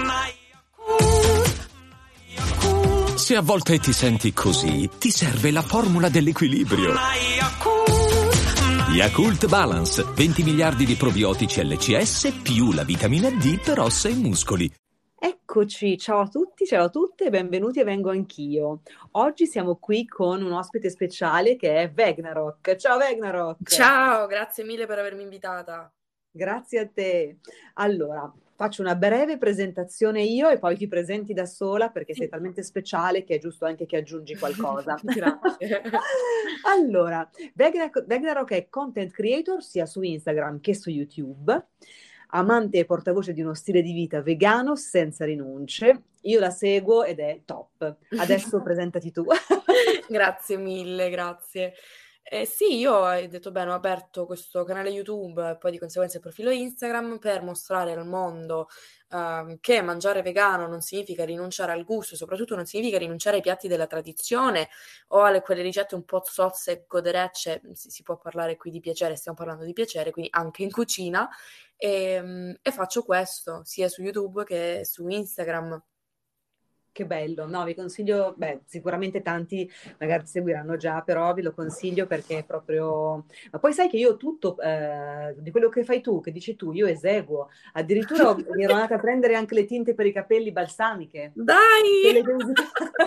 Se a volte ti senti così, ti serve la formula dell'equilibrio. Yakult Balance, 20 miliardi di probiotici LCS più la vitamina D per ossa e muscoli. Eccoci, ciao a tutti, ciao a tutte, benvenuti a Vengo Anch'io. Oggi siamo qui con un ospite speciale che è Vegnarok. Ciao Vegnarok! Ciao, grazie mille per avermi invitata. Grazie a te. Allora, faccio una breve presentazione io e poi ti presenti da sola perché sei talmente speciale che è giusto anche che aggiungi qualcosa. Grazie. Allora, Vegnarok è content creator sia su Instagram che su YouTube, amante e portavoce di uno stile di vita vegano senza rinunce. Io la seguo ed è top. Adesso presentati tu. Grazie mille, grazie. Sì, io hai detto bene, ho aperto questo canale YouTube e poi di conseguenza il profilo Instagram per mostrare al mondo che mangiare vegano non significa rinunciare al gusto, soprattutto non significa rinunciare ai piatti della tradizione o alle quelle ricette un po' zozze e goderecce. Si può parlare qui di piacere, stiamo parlando di piacere, quindi anche in cucina. E faccio questo sia su YouTube che su Instagram. Che bello, no, vi consiglio, sicuramente tanti magari ti seguiranno già, però vi lo consiglio perché è proprio... Ma poi sai che io tutto di quello che fai tu, che dici tu, io eseguo. Addirittura mi ero andata a prendere anche le tinte per i capelli balsamiche. Dai! Quelle che usi tu.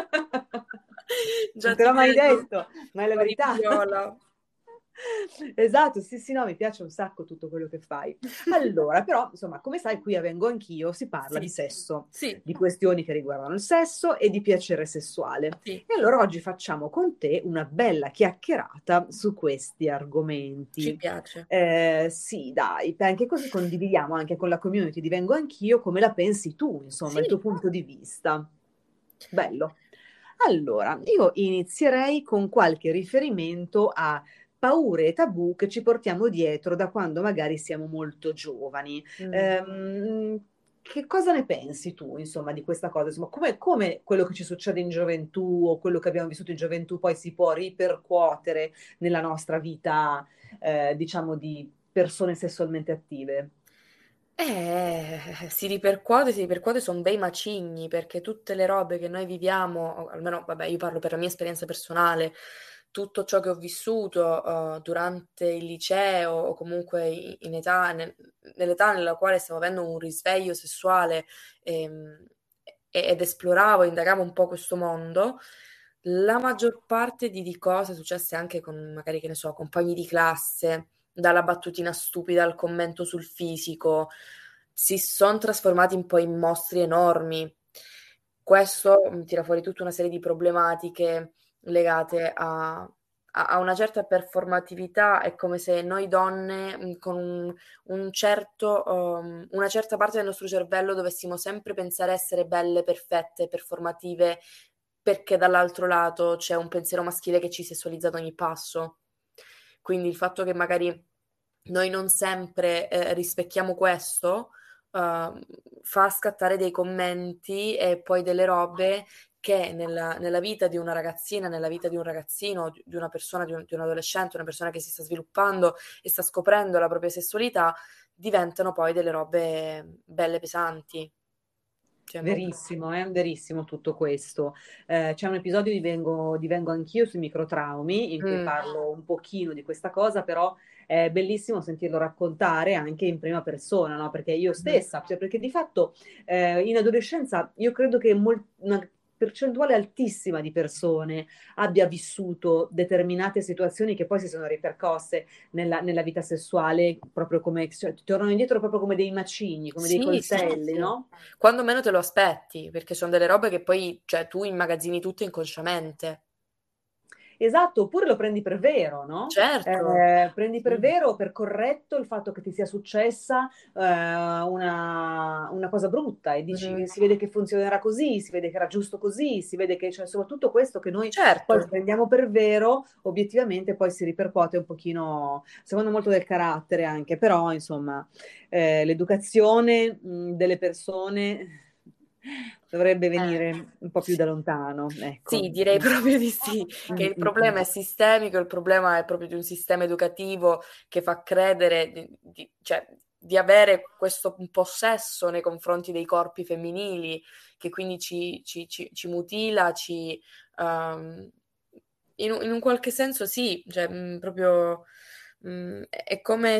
Già Non te ti l'ho mai vedo. detto, ma è la verità. Viola. Esatto, sì, no, mi piace un sacco tutto quello che fai. Allora, però, insomma, come sai, qui a Vengo Anch'io si parla Sì. di sesso, Sì, di questioni che riguardano il sesso e di piacere sessuale. sì, E allora oggi facciamo con te una bella chiacchierata su questi ci argomenti. piace. Sì, dai, anche così condividiamo anche con la community di Vengo Anch'io come la pensi tu, insomma, il Sì, tuo punto di vista. Bello. Allora, io inizierei con qualche riferimento a paure e tabù che ci portiamo dietro da quando magari siamo molto giovani. Che cosa ne pensi tu, insomma, di questa cosa? Insomma, come quello che ci succede in gioventù o quello che abbiamo vissuto in gioventù poi si può ripercuotere nella nostra vita, diciamo, di persone sessualmente attive? si ripercuote, sono bei macigni perché tutte le robe che noi viviamo, o almeno, vabbè, io parlo per la mia esperienza personale, tutto ciò che ho vissuto durante il liceo o comunque in età, nell'età nella quale stavo avendo un risveglio sessuale ehm, ed esploravo, indagavo un po' questo mondo, la maggior parte di cose successe anche con magari, che ne so, compagni di classe, dalla battutina stupida al commento sul fisico, si sono trasformati un po' in mostri enormi. Questo tira fuori tutta una serie di problematiche legate a una certa performatività. È come se noi donne con una certa parte del nostro cervello dovessimo sempre pensare a essere belle, perfette, performative, perché dall'altro lato c'è un pensiero maschile che ci sessualizza ad ogni passo. Quindi il fatto che magari noi non sempre rispecchiamo questo fa scattare dei commenti e poi delle robe che nella vita di una ragazzina, nella vita di un ragazzino, di una persona, di un adolescente, una persona che si sta sviluppando e sta scoprendo la propria sessualità, diventano poi delle robe belle pesanti. Cioè, Verissimo tutto questo. C'è un episodio di Vengo Anch'io sui microtraumi in cui mm, parlo un pochino di questa cosa, però è bellissimo sentirlo raccontare anche in prima persona, no? Perché io stessa, cioè perché di fatto in adolescenza io credo che una percentuale altissima di persone abbia vissuto determinate situazioni che poi si sono ripercosse nella vita sessuale, proprio come, cioè, ti tornano indietro proprio come dei macigni, come dei sì, coltelli, sì. no? Quando meno te lo aspetti, perché sono delle robe che poi, cioè, tu immagazzini tutto inconsciamente. Esatto, oppure lo prendi per vero, no? Certo. Prendi per Sì. vero o per corretto il fatto che ti sia successa una cosa brutta e Mhm. dici si vede che funzionerà così, si vede che era giusto così, si vede che cioè, insomma tutto questo che noi Certo. poi prendiamo per vero, obiettivamente poi si ripercuote un pochino, secondo molto del carattere anche, però insomma l'educazione delle persone dovrebbe venire un po' più da lontano, ecco. Sì, direi proprio di sì, che il Mm. problema è sistemico, il problema è proprio di un sistema educativo che fa credere, cioè di avere questo possesso nei confronti dei corpi femminili, che quindi ci mutila, in un qualche senso sì, cioè proprio è come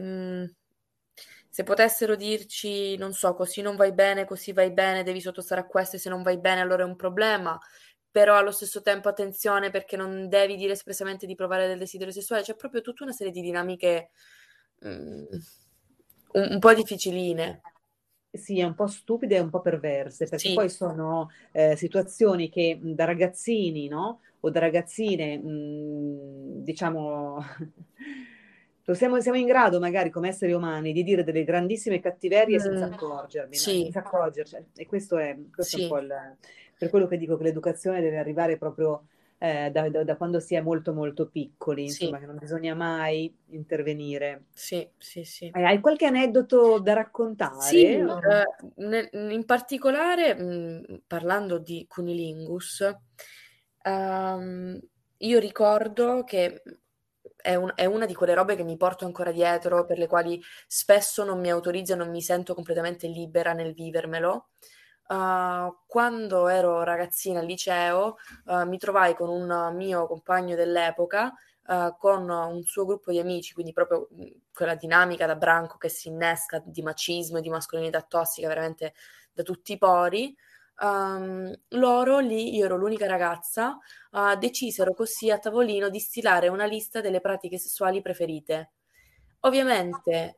se potessero dirci, non so, così non vai bene, così vai bene, devi sottostare a questo e se non vai bene allora è un problema, però allo stesso tempo attenzione perché non devi dire espressamente di provare del desiderio sessuale, c'è proprio tutta una serie di dinamiche mm, un po' difficiline. Sì, è un po' stupide e un po' perverse, perché Sì. poi sono situazioni che da ragazzini, no? O da ragazzine, diciamo, siamo in grado magari come esseri umani di dire delle grandissime cattiverie senza Mm, accorgermi, no? sì, Senza accorgerci. E questo è un sì, po' per quello che dico che l'educazione deve arrivare proprio da quando si è molto molto piccoli, sì, insomma, che non bisogna mai intervenire. sì, sì, sì. Hai qualche aneddoto da Sì, raccontare? in particolare, parlando di cunilingus, ehm, io ricordo che è una di quelle robe che mi porto ancora dietro, per le quali spesso non mi autorizzo e non mi sento completamente libera nel vivermelo. Quando ero ragazzina al liceo, mi trovai con un mio compagno dell'epoca con un suo gruppo di amici, quindi proprio quella dinamica da branco che si innesca di macismo e di mascolinità tossica veramente da tutti i pori. Loro lì, io ero l'unica ragazza, decisero così a tavolino di stilare una lista delle pratiche sessuali preferite. Ovviamente,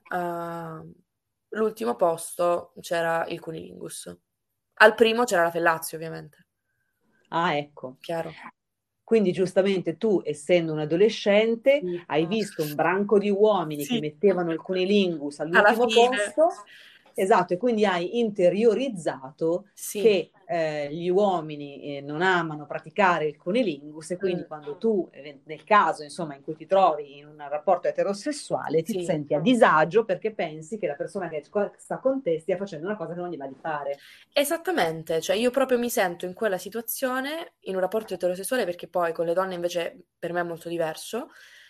l'ultimo posto c'era il cunilingus. Al primo c'era la Fellazio, ovviamente, Ah, ecco. chiaro. Quindi giustamente tu, essendo un adolescente, Sì, hai visto un branco di uomini che sì, mettevano il cunilingus alla all'ultimo fine. posto, esatto, e quindi hai interiorizzato Sì. che gli uomini non amano praticare il cunilingus e quindi Mm, quando tu, nel caso insomma in cui ti trovi in un rapporto eterosessuale, ti sì. senti a disagio perché pensi che la persona che sta con te stia facendo una cosa che non gli va di fare. Esattamente, cioè io proprio mi sento in quella situazione, in un rapporto eterosessuale, perché poi con le donne invece per me è molto diverso,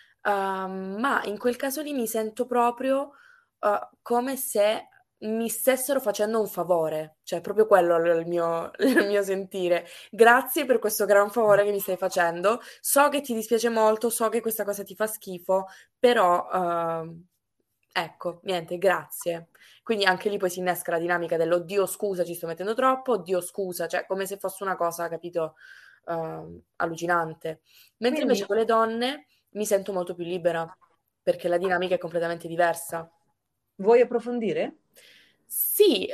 ma in quel caso lì mi sento proprio come se mi stessero facendo un favore, cioè proprio quello è il mio, il mio sentire. Grazie per questo gran favore che mi stai facendo, so che ti dispiace molto, so che questa cosa ti fa schifo, però ecco, niente, grazie. Quindi anche lì poi si innesca la dinamica dell'oddio scusa, ci sto mettendo troppo, oddio scusa, cioè come se fosse una cosa, capito, allucinante. Mentre invece Quindi con le donne mi sento molto più libera, perché la dinamica è completamente diversa. vuoi approfondire? Sì,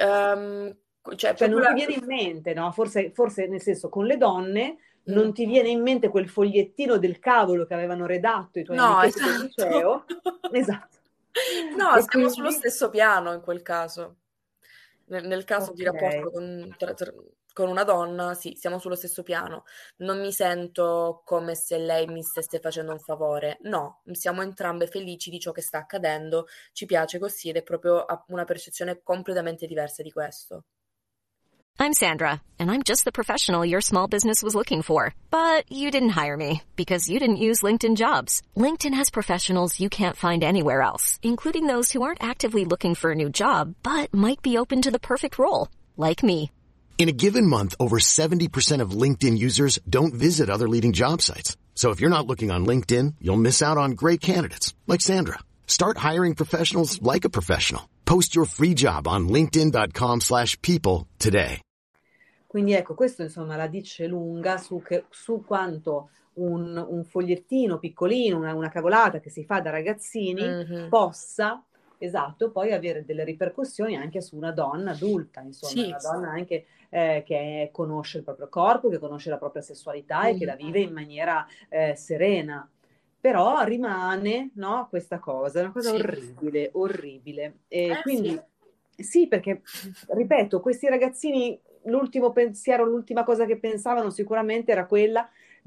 cioè Cioè proprio non ti la... viene in mente, no? Forse nel senso con le donne Mm. non ti viene in mente quel fogliettino del cavolo che avevano redatto i tuoi No, amichetti del esatto. liceo. Esatto. No, E siamo sullo quindi, stesso piano in quel caso. Nel caso di ok. rapporto con una donna, sì, siamo sullo stesso piano. Non mi sento come se lei mi stesse facendo un favore. No, siamo entrambe felici di ciò che sta accadendo, ci piace così ed è proprio una percezione completamente diversa di questo. I'm Sandra, and I'm just the professional your small business was looking for. But you didn't hire me because you didn't use LinkedIn Jobs. LinkedIn has professionals you can't find anywhere else, including those who aren't actively looking for a new job, but might be open to the perfect role, like me. In a given month, over 70% of LinkedIn users don't visit other leading job sites. So if you're not looking on LinkedIn, you'll miss out on great candidates like Sandra. Start hiring professionals like a professional. Post your free job on linkedin.com/people today. Quindi ecco, questo insomma la dice lunga su quanto un fogliettino piccolino, una cavolata che si fa da ragazzini Mhm. possa, esatto, poi avere delle ripercussioni anche su una donna adulta, insomma, Sì. una donna anche che conosce il proprio corpo, che conosce la propria sessualità e che Mhm. la vive in maniera serena. Però rimane, no, questa cosa, è una cosa Sì. orribile, orribile. E Sì. quindi sì, perché ripeto, questi ragazzini, l'ultimo pensiero, l'ultima cosa che pensavano sicuramente era quella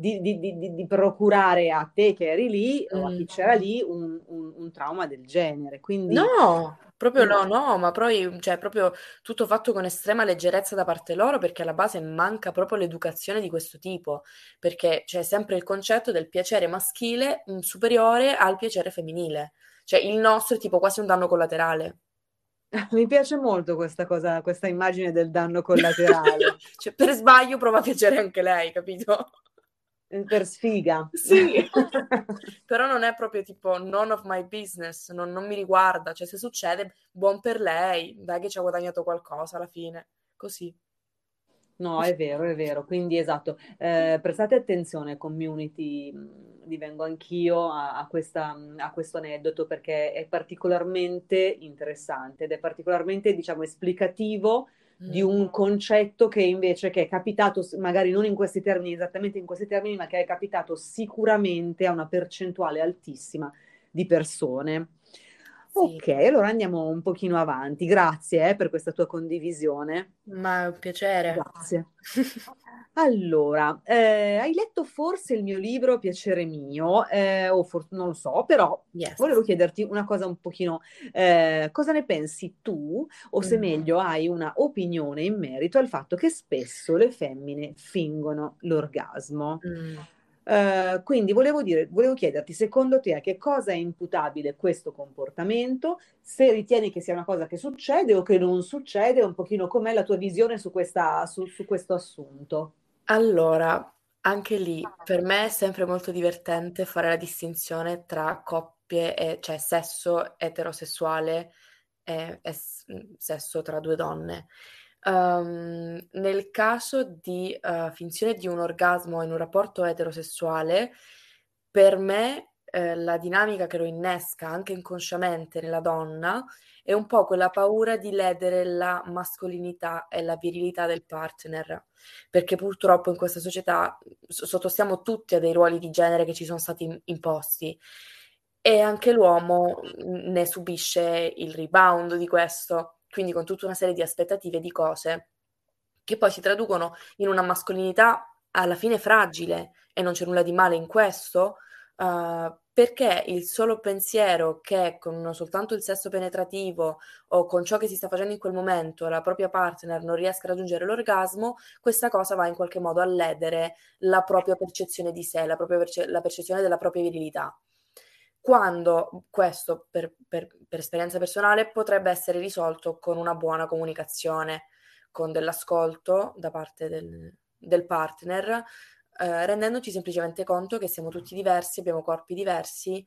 di procurare a te che eri lì o a chi Mm. c'era lì un trauma del genere. Quindi No, proprio no, no. no, ma poi, cioè, proprio tutto fatto con estrema leggerezza da parte loro, perché alla base manca proprio l'educazione di questo tipo, perché c'è sempre il concetto del piacere maschile superiore al piacere femminile, cioè il nostro è tipo quasi un danno collaterale. Mi piace molto questa cosa, questa immagine del danno collaterale. Cioè, per sbaglio prova a piacere anche lei, capito? Per sfiga. Sì, però non è proprio tipo none of my business, non mi riguarda, cioè se succede, buon per lei, dai che ci ha guadagnato qualcosa alla fine, così. No, è vero, quindi esatto, prestate attenzione community, divengo anch'io a questo aneddoto perché è particolarmente interessante ed è particolarmente, diciamo, esplicativo di un concetto che invece che è capitato, magari non in questi termini, esattamente in questi termini, ma che è capitato sicuramente a una percentuale altissima di persone. Sì, Ok, allora andiamo un pochino avanti. Grazie, per questa tua condivisione. ma è un piacere. Grazie. Allora, hai letto forse il mio libro Piacere mio, non lo so, però Yes. volevo chiederti una cosa un pochino, cosa ne pensi tu, o se meglio hai una opinione in merito al fatto che spesso le femmine fingono l'orgasmo. Quindi volevo chiederti, secondo te a che cosa è imputabile questo comportamento? Se ritieni che sia una cosa che succede o che non succede, un pochino com'è la tua visione su questo assunto. Allora, anche lì per me è sempre molto divertente fare la distinzione tra coppie, cioè sesso eterosessuale e sesso tra due donne. Nel caso di finzione di un orgasmo in un rapporto eterosessuale, per me la dinamica che lo innesca anche inconsciamente nella donna è un po' quella paura di ledere la mascolinità e la virilità del partner, perché purtroppo in questa società sottostiamo tutti a dei ruoli di genere che ci sono stati imposti e anche l'uomo ne subisce il rebound di questo, quindi con tutta una serie di aspettative e di cose che poi si traducono in una mascolinità alla fine fragile e non c'è nulla di male in questo, perché il solo pensiero che con soltanto il sesso penetrativo o con ciò che si sta facendo in quel momento la propria partner non riesca a raggiungere l'orgasmo, questa cosa va in qualche modo a ledere la propria percezione di sé, la percezione della propria virilità. Quando questo, per esperienza personale, potrebbe essere risolto con una buona comunicazione, con dell'ascolto da parte del partner, rendendoci semplicemente conto che siamo tutti diversi, abbiamo corpi diversi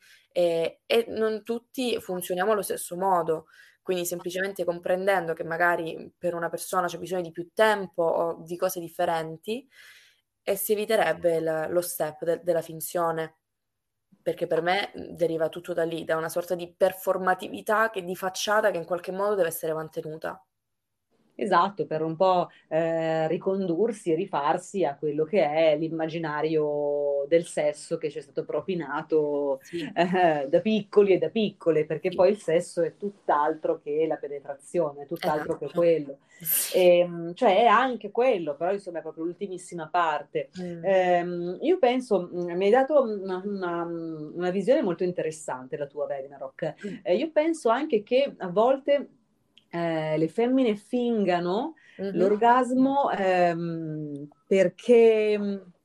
e non tutti funzioniamo allo stesso modo. Quindi semplicemente comprendendo che magari per una persona c'è bisogno di più tempo o di cose differenti e si eviterebbe lo step della finzione. Perché per me deriva tutto da lì, da una sorta di performatività di facciata che in qualche modo deve essere mantenuta. Esatto, per un po' ricondursi e rifarsi a quello che è l'immaginario del sesso che ci è stato propinato Sì. da piccoli e da piccole, perché Sì. poi il sesso è tutt'altro che la penetrazione, è tutt'altro che Esatto. quello. Sì. Cioè è anche quello, però insomma è proprio l'ultimissima parte. Io penso, mi hai dato una visione molto interessante la tua, Vegnarok. Io penso anche che a volte le femmine fingano l'orgasmo perché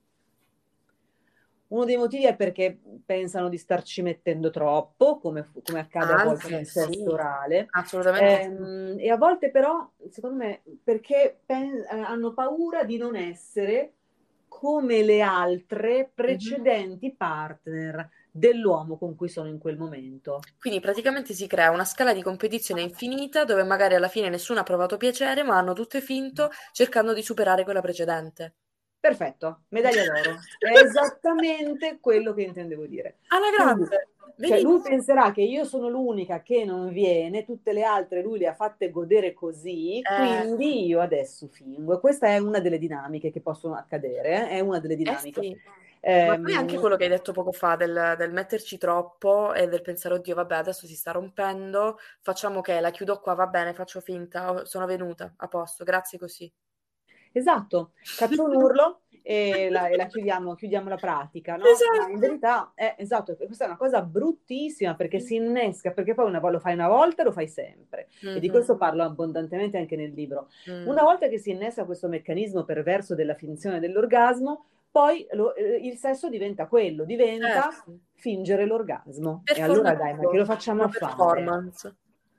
uno dei motivi è perché pensano di starci mettendo troppo, come accade a volte Anche, nel sì, sesso orale, assolutamente sì. e a volte però, secondo me, perché hanno paura di non essere come le altre precedenti partner dell'uomo con cui sono in quel momento. Quindi praticamente si crea una scala di competizione infinita dove magari alla fine nessuno ha provato piacere, ma hanno tutte finto cercando di superare quella precedente. Perfetto, medaglia d'oro. È esattamente quello che intendevo dire. Alla Quindi, grande, cioè, lui benissimo. penserà che io sono l'unica che non viene, tutte le altre lui le ha fatte godere così, quindi io adesso fingo. E questa è una delle dinamiche che possono accadere, è una delle dinamiche. Sì. Ma poi anche quello che hai detto poco fa del metterci troppo e del pensare, oddio, vabbè, adesso si sta rompendo, facciamo che la chiudo qua, va bene, faccio finta, sono venuta, a posto, grazie così. Esatto, caccio un urlo e la chiudiamo la pratica, no? Ma in Esatto. verità, esatto, questa è una cosa bruttissima perché si innesca, perché poi lo fai una volta, lo fai sempre. E di questo parlo abbondantemente anche nel libro. Una volta che si innesca questo meccanismo perverso della finzione dell'orgasmo, poi il sesso diventa quello, diventa Certo. fingere l'orgasmo. E allora dai, ma che lo facciamo Una a fare? performance.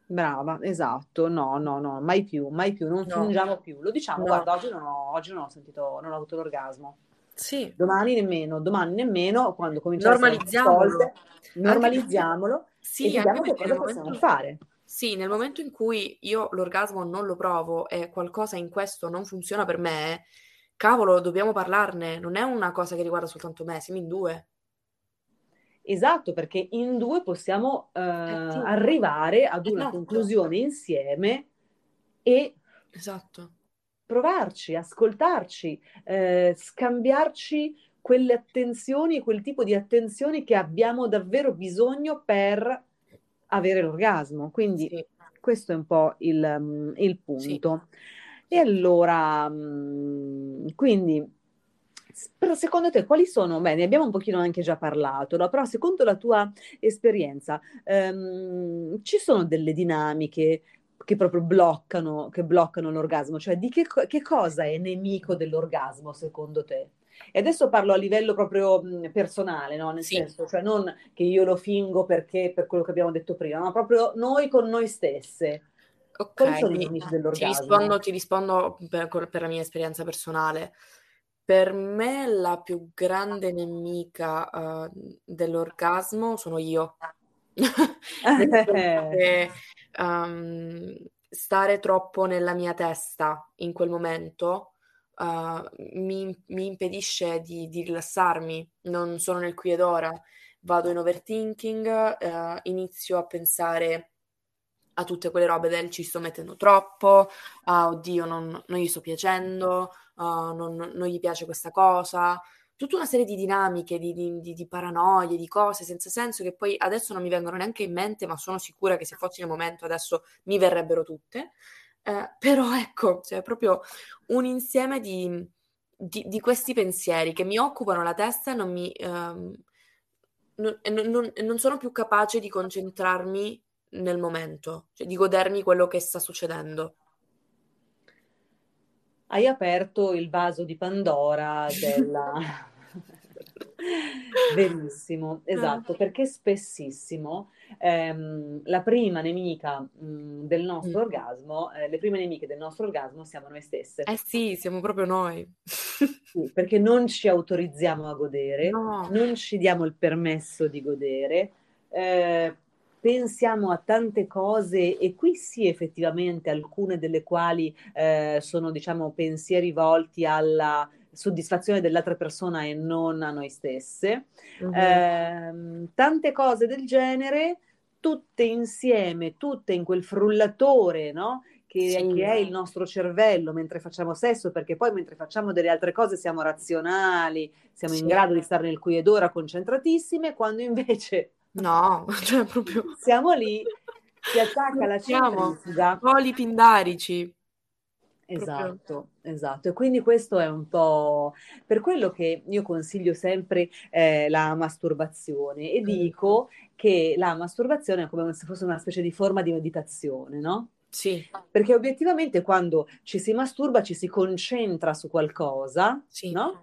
Brava, esatto, no, no, no, mai più, non No, fingiamo più. Lo diciamo, no. guarda, oggi non ho sentito, non ho avuto l'orgasmo. Sì, Domani nemmeno, quando comincia a essere più normalizziamolo. volte, Anche perché, normalizziamolo e sì, anche vediamo che perché nel cosa possiamo momento, fare. sì, nel momento in cui io l'orgasmo non lo provo e qualcosa in questo non funziona per me, cavolo, dobbiamo parlarne. Non è una cosa che riguarda soltanto me, siamo in due. Esatto, perché in due possiamo Sì, arrivare ad una esatto, conclusione insieme e esatto. provarci, ascoltarci, scambiarci quelle attenzioni, quel tipo di attenzioni che abbiamo davvero bisogno per avere l'orgasmo. Quindi Sì, questo è un po' il sì. punto. E allora, quindi, però secondo te quali sono? Beh, ne abbiamo un pochino anche già parlato, no? Però secondo la tua esperienza, ci sono delle dinamiche che proprio che bloccano l'orgasmo? Cioè, che cosa è nemico dell'orgasmo secondo te? E adesso parlo a livello proprio personale, no? Nel Sì, senso, cioè non che io lo fingo perché per quello che abbiamo detto prima, ma proprio noi con noi stesse. Quali ok, sono i nemici dell'orgasmo? ti rispondo per la mia esperienza personale. Per me la più grande nemica dell'orgasmo sono io. Nel senso che stare troppo nella mia testa in quel momento mi impedisce di rilassarmi, non sono nel qui ed ora, vado in overthinking, inizio a pensare a tutte quelle robe del ci sto mettendo troppo, ah oddio non gli sto piacendo, ah, non gli piace questa cosa, tutta una serie di dinamiche, di paranoie, di cose senza senso che poi adesso non mi vengono neanche in mente, ma sono sicura che se fossi nel momento adesso mi verrebbero tutte. Però ecco, cioè, è proprio un insieme di questi pensieri che mi occupano la testa e non sono più capace di concentrarmi nel momento, cioè di godermi quello che sta succedendo. Hai aperto il vaso di Pandora della... Verissimo, Eh, esatto, perché spessissimo la prima nemica del mm. nostro orgasmo, le prime nemiche del nostro orgasmo siamo noi stesse. Eh sì, siamo proprio noi. Sì, perché non ci autorizziamo a godere, No, non ci diamo il permesso di godere, eh, pensiamo a tante cose e qui sì effettivamente alcune delle quali sono diciamo pensieri volti alla soddisfazione dell'altra persona e non a noi stesse. mhm, Tante cose del genere, tutte insieme, tutte in quel frullatore, no? Che sì, è il nostro cervello mentre facciamo sesso, perché poi mentre facciamo delle altre cose siamo razionali, siamo in sì. grado di stare nel qui ed ora concentratissime, quando invece No, cioè proprio siamo lì, si attacca non la siamo centrifuga. polipindarici, proprio. Esatto, esatto. E quindi questo è un po' per quello che io consiglio sempre la masturbazione e Mm, dico che la masturbazione è come se fosse una specie di forma di meditazione, no? sì, Perché obiettivamente quando ci si masturba ci si concentra su qualcosa, sì, no?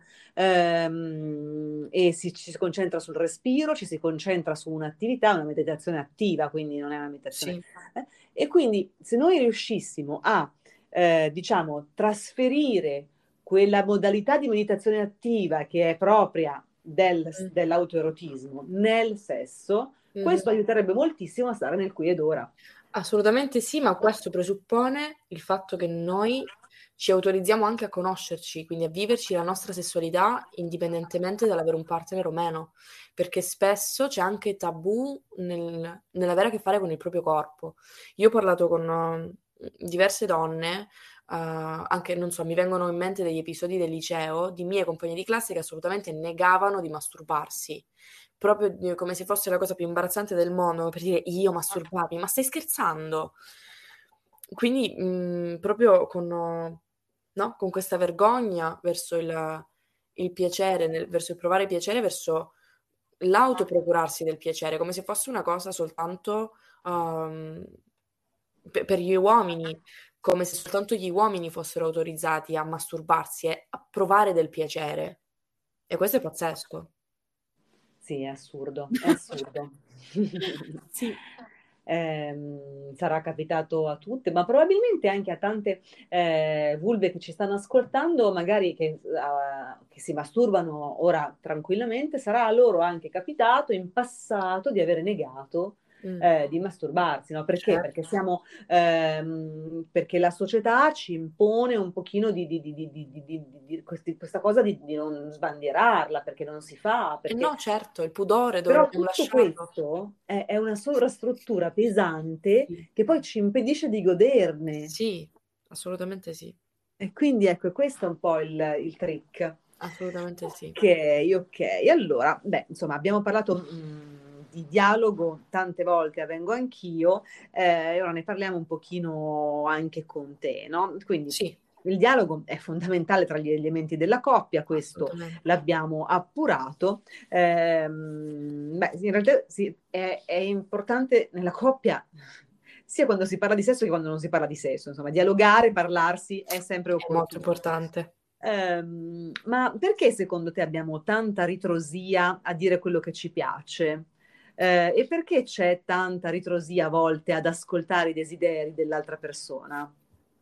Ci si concentra sul respiro, ci si concentra su un'attività, una meditazione attiva, quindi non è una meditazione. sì. E quindi se noi riuscissimo a, diciamo, trasferire quella modalità di meditazione attiva che è propria Mm, dell'autoerotismo nel sesso, mhm. questo aiuterebbe moltissimo a stare nel qui ed ora. Assolutamente sì, ma questo presuppone il fatto che noi ci autorizziamo anche a conoscerci, quindi a viverci la nostra sessualità indipendentemente dall'avere un partner o meno, perché spesso c'è anche tabù nell'avere a che fare con il proprio corpo. Io ho parlato con diverse donne, anche, non so, mi vengono in mente degli episodi del liceo di mie compagne di classe che assolutamente negavano di masturbarsi proprio come se fosse la cosa più imbarazzante del mondo, per dire io masturbarmi, ma stai scherzando? Quindi proprio no, con questa vergogna verso il piacere, verso il provare piacere, verso l'autoprocurarsi del piacere, come se fosse una cosa soltanto um, per gli uomini, come se soltanto gli uomini fossero autorizzati a masturbarsi e a provare del piacere. E questo è pazzesco. Sì, è assurdo, è assurdo. Sì. Sarà capitato a tutte, ma probabilmente anche a tante vulve che ci stanno ascoltando, magari che si masturbano ora tranquillamente, sarà a loro anche capitato in passato di avere negato di masturbarsi, no? Perché? Certo. Perché la società ci impone un pochino questa cosa di non sbandierarla, perché non si fa, E perché no, certo, il pudore però dobbiamo tutto lasciarlo. questo è una sovrastruttura pesante Sì, che poi ci impedisce di goderne. sì, assolutamente sì, E quindi ecco, questo è un po' il trick. assolutamente sì. Ok, ok. Allora, beh, insomma, abbiamo parlato di dialogo tante volte, avvengo anch'io, e ora ne parliamo un pochino anche con te, no? Quindi Sì, il dialogo è fondamentale tra gli elementi della coppia, questo assolutamente. l'abbiamo appurato. Beh, in realtà sì, è importante nella coppia sia quando si parla di sesso che quando non si parla di sesso, insomma, dialogare, parlarsi è sempre È molto opportuno. importante. Ma perché secondo te abbiamo tanta ritrosia a dire quello che ci piace? E perché c'è tanta ritrosia a volte ad ascoltare i desideri dell'altra persona?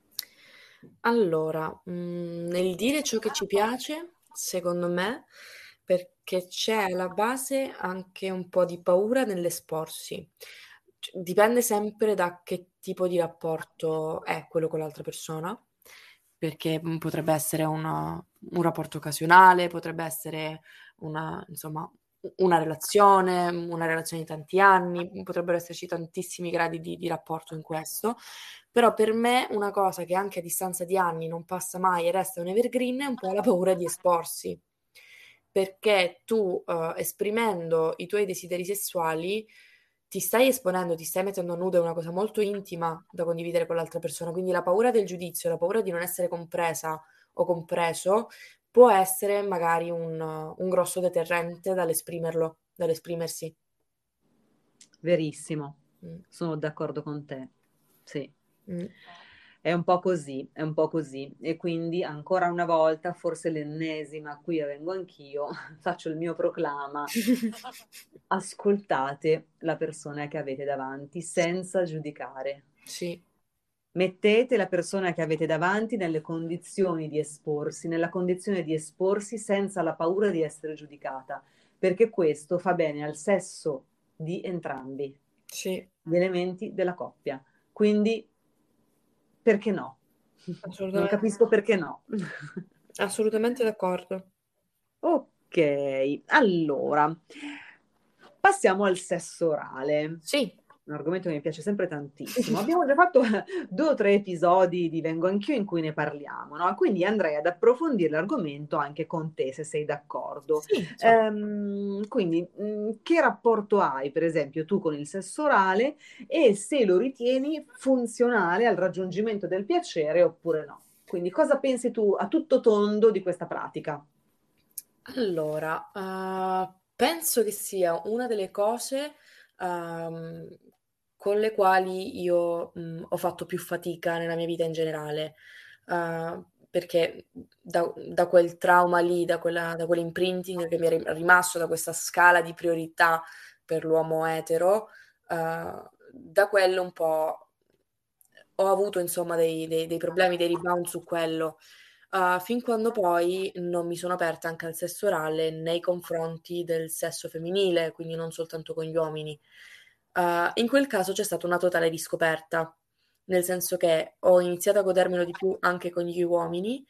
Allora, nel dire ciò che ci piace, secondo me, perché c'è alla base anche un po' di paura nell'esporsi. Dipende sempre da che tipo di rapporto è quello con l'altra persona, perché potrebbe essere un rapporto occasionale, potrebbe essere insomma, una relazione di tanti anni, potrebbero esserci tantissimi gradi di rapporto in questo. Però per me una cosa che anche a distanza di anni non passa mai e resta un evergreen è un po' la paura di esporsi. Perché tu, esprimendo i tuoi desideri sessuali, ti stai esponendo, ti stai mettendo a nudo, è una cosa molto intima da condividere con l'altra persona. Quindi la paura del giudizio, la paura di non essere compresa o compreso, può essere magari un grosso deterrente dall'esprimerlo, dall'esprimersi. Verissimo, Mm, sono d'accordo con te. Sì. mm. È un po' così, è un po' così. E quindi ancora una volta, forse l'ennesima, a cui vengo anch'io, faccio il mio proclama. Ascoltate la persona che avete davanti senza giudicare. Sì, Mettete la persona che avete davanti nelle condizioni di esporsi, nella condizione di esporsi senza la paura di essere giudicata, perché questo fa bene al sesso di entrambi sì, gli elementi della coppia. Quindi, perché no? Non assolutamente, capisco perché no. assolutamente d'accordo. Ok, allora, passiamo al sesso orale. Sì, Un argomento che mi piace sempre tantissimo. Abbiamo già fatto 2 o 3 episodi di Vengo Anch'io in cui ne parliamo, no? Quindi andrei ad approfondire l'argomento anche con te, se sei d'accordo. sì, certo. Quindi, che rapporto hai, per esempio, tu con il sesso orale e se lo ritieni funzionale al raggiungimento del piacere oppure no? Quindi, cosa pensi tu a tutto tondo di questa pratica? Allora, penso che sia una delle cose, ehm, con le quali io, ho fatto più fatica nella mia vita in generale, perché da quel trauma lì, da quell'imprinting che mi è rimasto, da questa scala di priorità per l'uomo etero, da quello un po' ho avuto insomma dei problemi, dei rebound su quello. Fin quando poi non mi sono aperta anche al sesso orale nei confronti del sesso femminile, quindi non soltanto con gli uomini. In quel caso c'è stata una totale riscoperta, nel senso che ho iniziato a godermelo di più anche con gli uomini.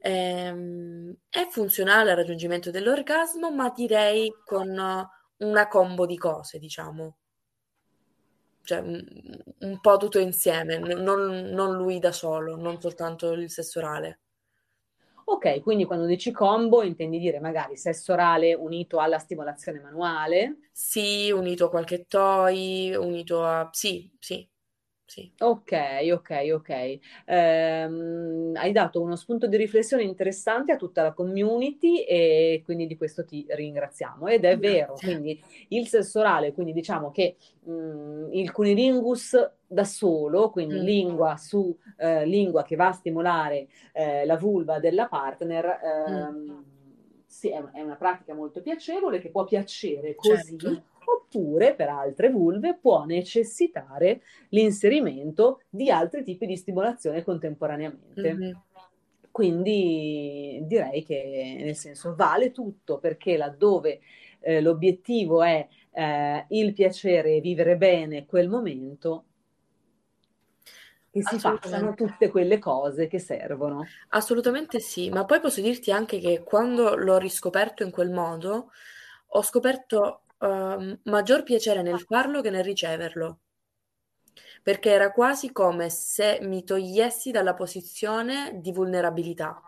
È funzionale al raggiungimento dell'orgasmo, ma direi con una combo di cose, diciamo. Cioè, un po' tutto insieme, non lui da solo, non soltanto il sesso orale. Ok, quindi quando dici combo intendi dire magari sesso orale unito alla stimolazione manuale. Sì, unito a qualche toy, unito a... Sì, sì, sì. Ok, ok, ok. Hai dato uno spunto di riflessione interessante a tutta la community e quindi di questo ti ringraziamo. Ed è vero, Grazie. quindi il sesso orale, quindi diciamo che il cunilingus da solo, quindi Mm, lingua su lingua che va a stimolare la vulva della partner, mm, sì, è una pratica molto piacevole che può piacere così, certo. oppure per altre vulve può necessitare l'inserimento di altri tipi di stimolazione contemporaneamente. Mhm. Quindi direi che nel senso vale tutto, perché laddove l'obiettivo è il piacere e vivere bene quel momento, che si facciano Assolutamente. tutte quelle cose che servono. Assolutamente sì, ma poi posso dirti anche che quando l'ho riscoperto in quel modo, ho scoperto maggior piacere nel farlo che nel riceverlo, perché era quasi come se mi togliessi dalla posizione di vulnerabilità,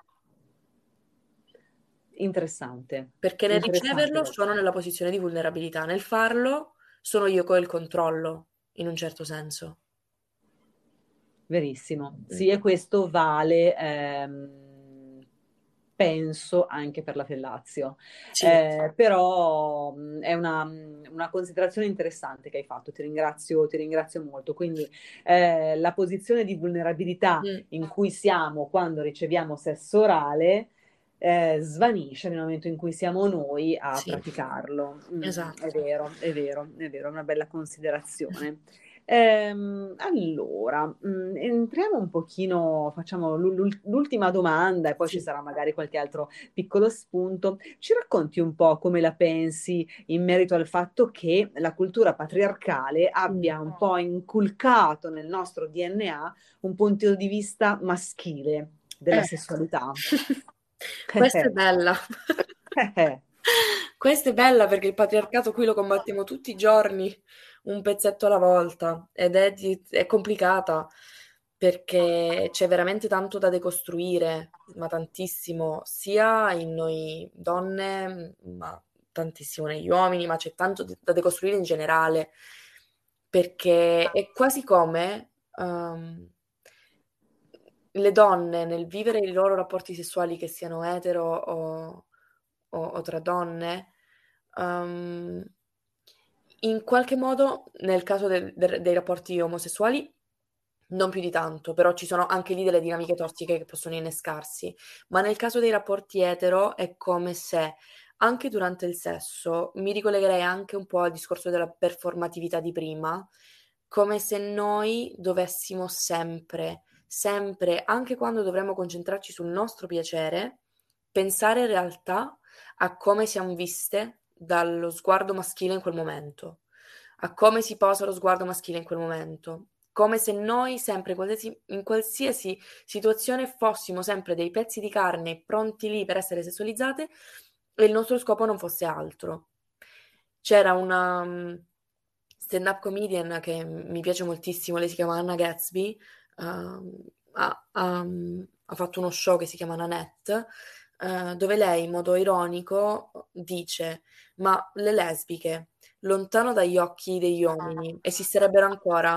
Interessante, perché nel interessante. riceverlo sono nella posizione di vulnerabilità, nel farlo sono io che ho il controllo, in un certo senso. Verissimo. Mm. Sì, e questo vale, penso, anche per la fellatio. Sì. Però è una considerazione interessante che hai fatto, ti ringrazio molto. Quindi la posizione di vulnerabilità Mm. in cui siamo quando riceviamo sesso orale svanisce nel momento in cui siamo noi a Sì, praticarlo. È esatto. vero, è vero, è vero, è una bella considerazione. Allora, entriamo un pochino, facciamo l'ultima domanda e poi ci Sì. sarà magari qualche altro piccolo spunto. Ci racconti un po' come la pensi in merito al fatto che la cultura patriarcale Mm. abbia un po' inculcato nel nostro DNA un punto di vista maschile della Eh. sessualità? Questa è bella. Eh. Questa è bella perché il patriarcato qui lo combattiamo tutti i giorni, un pezzetto alla volta, ed è complicata perché c'è veramente tanto da decostruire, ma tantissimo, sia in noi donne, ma tantissimo negli uomini, ma c'è tanto da decostruire in generale, perché è quasi come le donne nel vivere i loro rapporti sessuali, che siano etero o tra donne, um, in qualche modo, nel caso dei rapporti omosessuali, non più di tanto, però ci sono anche lì delle dinamiche tossiche che possono innescarsi, ma nel caso dei rapporti etero è come se anche durante il sesso, mi ricollegherei anche un po' al discorso della performatività di prima, come se noi dovessimo sempre, sempre, anche quando dovremmo concentrarci sul nostro piacere, pensare in realtà a come siamo viste dallo sguardo maschile in quel momento, a come si posa lo sguardo maschile in quel momento, come se noi sempre, in qualsiasi situazione, fossimo sempre dei pezzi di carne pronti lì per essere sessualizzate e il nostro scopo non fosse altro. C'era una stand-up comedian che mi piace moltissimo, lei si chiama Anna Gatsby, ha fatto uno show che si chiama Nanette, dove lei in modo ironico dice: ma le lesbiche, lontano dagli occhi degli uomini, esisterebbero ancora?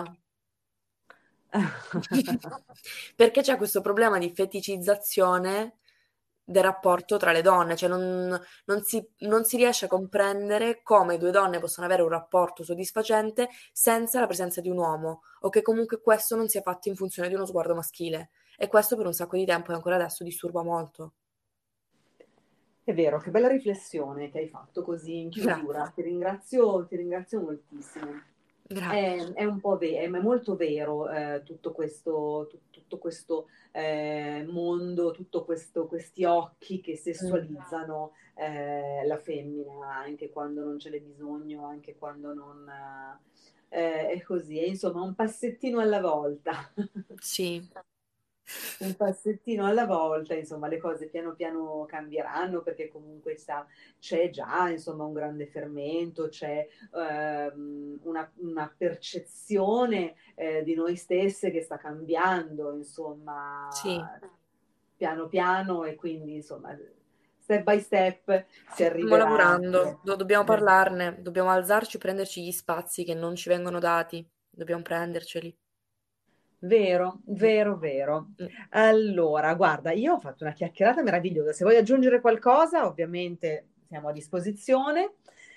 Perché c'è questo problema di feticizzazione del rapporto tra le donne, cioè non si riesce a comprendere come due donne possono avere un rapporto soddisfacente senza la presenza di un uomo, o che comunque questo non sia fatto in funzione di uno sguardo maschile. E questo per un sacco di tempo e ancora adesso disturba molto. È vero, che bella riflessione che hai fatto così in chiusura. Grazie. Ti ringrazio moltissimo. Grazie. È un po' è molto vero tutto questo mondo, questi occhi che Mm. sessualizzano la femmina, anche quando non ce n'è bisogno, anche quando non... è così, è insomma un passettino alla volta. Sì. Un passettino alla volta, insomma, le cose piano piano cambieranno perché comunque c'è già, insomma, un grande fermento, c'è una percezione di noi stesse che sta cambiando, Sì. insomma, piano piano e quindi, insomma, step by step si Ci stiamo arriverà lavorando, anche. dobbiamo parlarne, dobbiamo alzarci e prenderci gli spazi che non ci vengono dati, dobbiamo prenderceli. Vero, Mm. vero, vero. Mm. Allora, guarda, io ho fatto una chiacchierata meravigliosa. Se vuoi aggiungere qualcosa, ovviamente siamo a disposizione.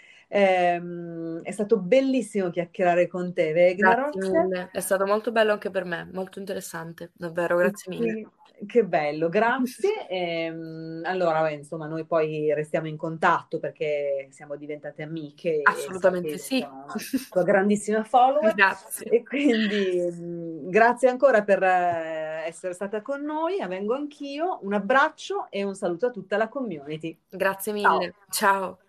È stato bellissimo chiacchierare con te, Grazie Vegnarox. mille, è stato molto bello anche per me, molto interessante, davvero, E grazie mille. Che bello, grazie. Allora, beh, insomma, noi poi restiamo in contatto perché siamo diventate amiche e so Assolutamente che sì. sono una tua grandissima follower Grazie. e quindi grazie ancora per essere stata con noi, vengo anch'io, un abbraccio e un saluto a tutta la community. Grazie Ciao. mille. Ciao.